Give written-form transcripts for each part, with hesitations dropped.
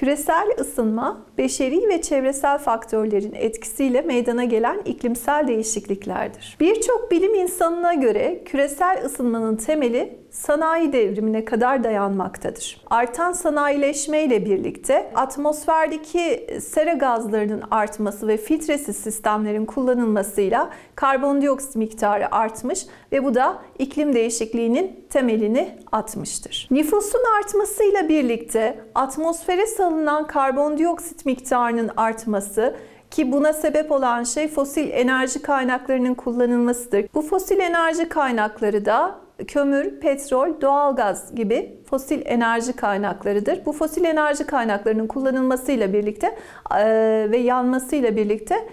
Küresel ısınma, beşeri ve çevresel faktörlerin etkisiyle meydana gelen iklimsel değişikliklerdir. Birçok bilim insanına göre küresel ısınmanın temeli sanayi devrimine kadar dayanmaktadır. Artan sanayileşme ile birlikte atmosferdeki sera gazlarının artması ve filtresiz sistemlerin kullanılmasıyla karbondioksit miktarı artmış ve bu da iklim değişikliğinin temelini atmıştır. Nüfusun artmasıyla birlikte atmosfere salınan karbondioksit miktarının artması ki buna sebep olan şey fosil enerji kaynaklarının kullanılmasıdır. Bu fosil enerji kaynakları da kömür, petrol, doğalgaz gibi fosil enerji kaynaklarıdır. Bu fosil enerji kaynaklarının kullanılmasıyla birlikte ve yanmasıyla birlikte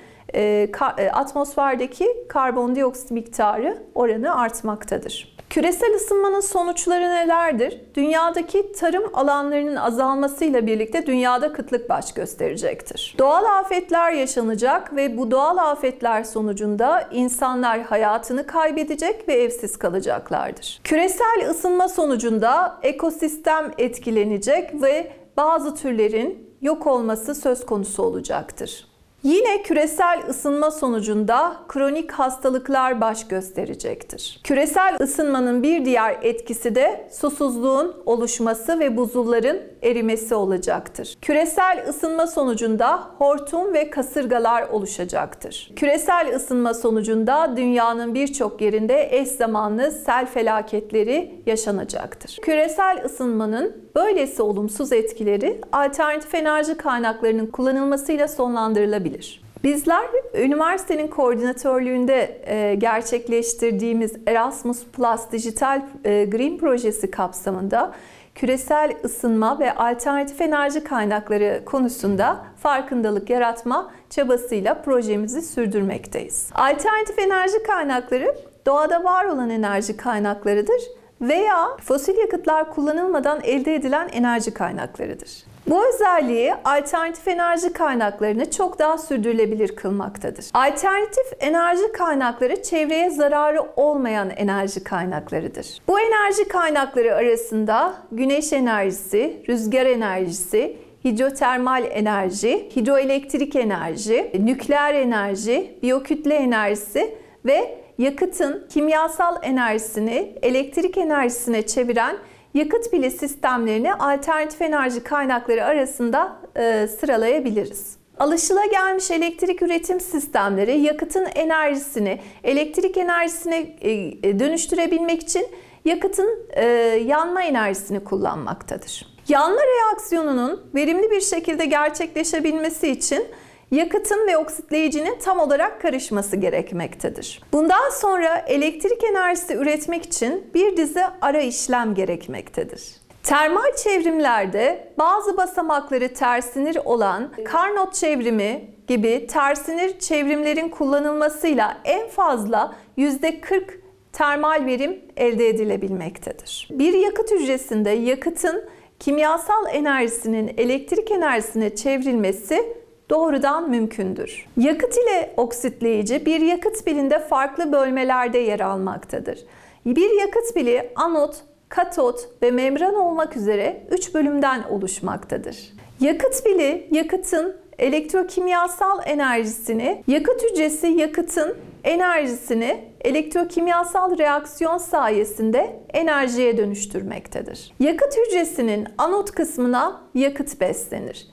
atmosferdeki karbondioksit miktarı oranı artmaktadır. Küresel ısınmanın sonuçları nelerdir? Dünyadaki tarım alanlarının azalmasıyla birlikte dünyada kıtlık baş gösterecektir. Doğal afetler yaşanacak ve bu doğal afetler sonucunda insanlar hayatını kaybedecek ve evsiz kalacaklardır. Küresel ısınma sonucunda ekosistem etkilenecek ve bazı türlerin yok olması söz konusu olacaktır. Yine küresel ısınma sonucunda kronik hastalıklar baş gösterecektir. Küresel ısınmanın bir diğer etkisi de susuzluğun oluşması ve buzulların erimesi olacaktır. Küresel ısınma sonucunda hortum ve kasırgalar oluşacaktır. Küresel ısınma sonucunda dünyanın birçok yerinde eş zamanlı sel felaketleri yaşanacaktır. Küresel ısınmanın böylesi olumsuz etkileri alternatif enerji kaynaklarının kullanılmasıyla sonlandırılabilir. Bizler üniversitenin koordinatörlüğünde gerçekleştirdiğimiz Erasmus Plus Dijital Green projesi kapsamında küresel ısınma ve alternatif enerji kaynakları konusunda farkındalık yaratma çabasıyla projemizi sürdürmekteyiz. Alternatif enerji kaynakları doğada var olan enerji kaynaklarıdır veya fosil yakıtlar kullanılmadan elde edilen enerji kaynaklarıdır. Bu özelliği alternatif enerji kaynaklarını çok daha sürdürülebilir kılmaktadır. Alternatif enerji kaynakları çevreye zararı olmayan enerji kaynaklarıdır. Bu enerji kaynakları arasında güneş enerjisi, rüzgar enerjisi, hidrotermal enerji, hidroelektrik enerji, nükleer enerji, biyokütle enerjisi ve yakıtın kimyasal enerjisini elektrik enerjisine çeviren yakıt pili sistemlerini alternatif enerji kaynakları arasında sıralayabiliriz. Alışılagelmiş elektrik üretim sistemleri yakıtın enerjisini elektrik enerjisine dönüştürebilmek için yakıtın yanma enerjisini kullanmaktadır. Yanma reaksiyonunun verimli bir şekilde gerçekleşebilmesi için yakıtın ve oksitleyicinin tam olarak karışması gerekmektedir. Bundan sonra elektrik enerjisi üretmek için bir dizi ara işlem gerekmektedir. Termal çevrimlerde bazı basamakları tersinir olan Carnot çevrimi gibi tersinir çevrimlerin kullanılmasıyla en fazla %40 termal verim elde edilebilmektedir. Bir yakıt hücresinde yakıtın kimyasal enerjisinin elektrik enerjisine çevrilmesi doğrudan mümkündür. Yakıt ile oksitleyici bir yakıt pilinde farklı bölmelerde yer almaktadır. Bir yakıt pili anot, katot ve membran olmak üzere 3 bölümden oluşmaktadır. Yakıt pili yakıtın elektrokimyasal enerjisini, yakıt hücresi yakıtın enerjisini elektrokimyasal reaksiyon sayesinde enerjiye dönüştürmektedir. Yakıt hücresinin anot kısmına yakıt beslenir.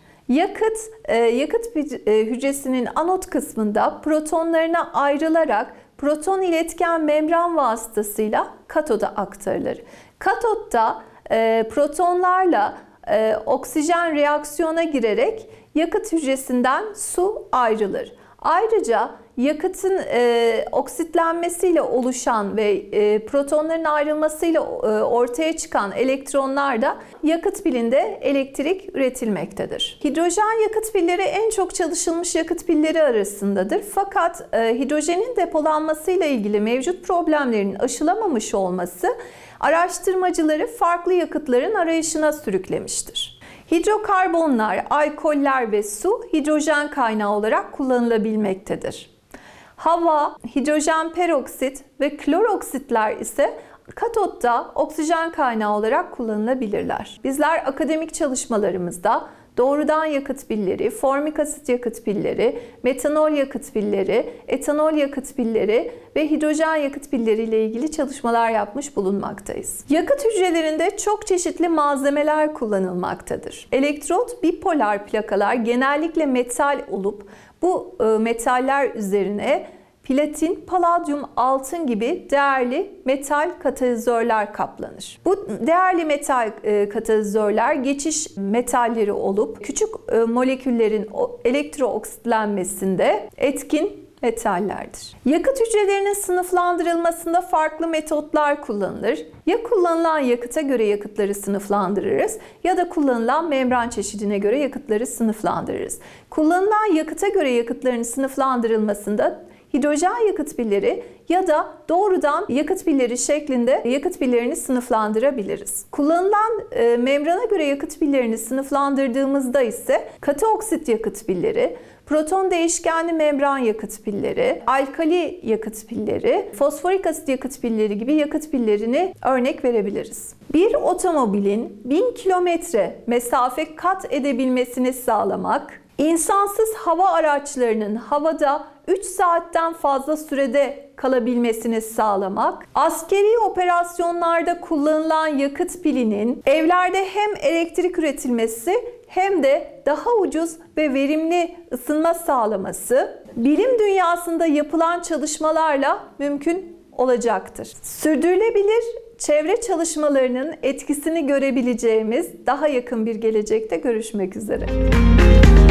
Yakıt hücresinin anot kısmında protonlarına ayrılarak proton iletken membran vasıtasıyla katoda aktarılır. Katotta protonlarla oksijen reaksiyona girerek yakıt hücresinden su ayrılır. Ayrıca yakıtın oksitlenmesiyle oluşan ve protonların ayrılmasıyla ortaya çıkan elektronlar da yakıt pilinde elektrik üretilmektedir. Hidrojen yakıt pilleri en çok çalışılmış yakıt pilleri arasındadır. Fakat hidrojenin depolanmasıyla ilgili mevcut problemlerin aşılamamış olması araştırmacıları farklı yakıtların arayışına sürüklemiştir. Hidrokarbonlar, alkoller ve su hidrojen kaynağı olarak kullanılabilmektedir. Hava, hidrojen peroksit ve kloroksitler ise katotta oksijen kaynağı olarak kullanılabilirler. Bizler akademik çalışmalarımızda doğrudan yakıt pilleri, formik asit yakıt pilleri, metanol yakıt pilleri, etanol yakıt pilleri ve hidrojen yakıt pilleri ile ilgili çalışmalar yapmış bulunmaktayız. Yakıt hücrelerinde çok çeşitli malzemeler kullanılmaktadır. Elektrot bipolar plakalar genellikle metal olup bu metaller üzerine platin, paladyum, altın gibi değerli metal katalizörler kaplanır. Bu değerli metal katalizörler geçiş metalleri olup küçük moleküllerin elektrooksitlenmesinde etkin metallerdir. Yakıt hücrelerinin sınıflandırılmasında farklı metotlar kullanılır. Ya kullanılan yakıta göre yakıtları sınıflandırırız ya da kullanılan membran çeşidine göre yakıtları sınıflandırırız. Kullanılan yakıta göre yakıtların sınıflandırılmasında hidrojen yakıt pilleri ya da doğrudan yakıt pilleri şeklinde yakıt pillerini sınıflandırabiliriz. Kullanılan membrana göre yakıt pillerini sınıflandırdığımızda ise katı oksit yakıt pilleri, proton değişkenli membran yakıt pilleri, alkali yakıt pilleri, fosforik asit yakıt pilleri gibi yakıt pillerini örnek verebiliriz. Bir otomobilin 1000 kilometre mesafe kat edebilmesini sağlamak, insansız hava araçlarının havada 3 saatten fazla sürede kalabilmesini sağlamak, askeri operasyonlarda kullanılan yakıt pilinin evlerde hem elektrik üretilmesi hem de daha ucuz ve verimli ısınma sağlaması, bilim dünyasında yapılan çalışmalarla mümkün olacaktır. Sürdürülebilir çevre çalışmalarının etkisini görebileceğimiz daha yakın bir gelecekte görüşmek üzere.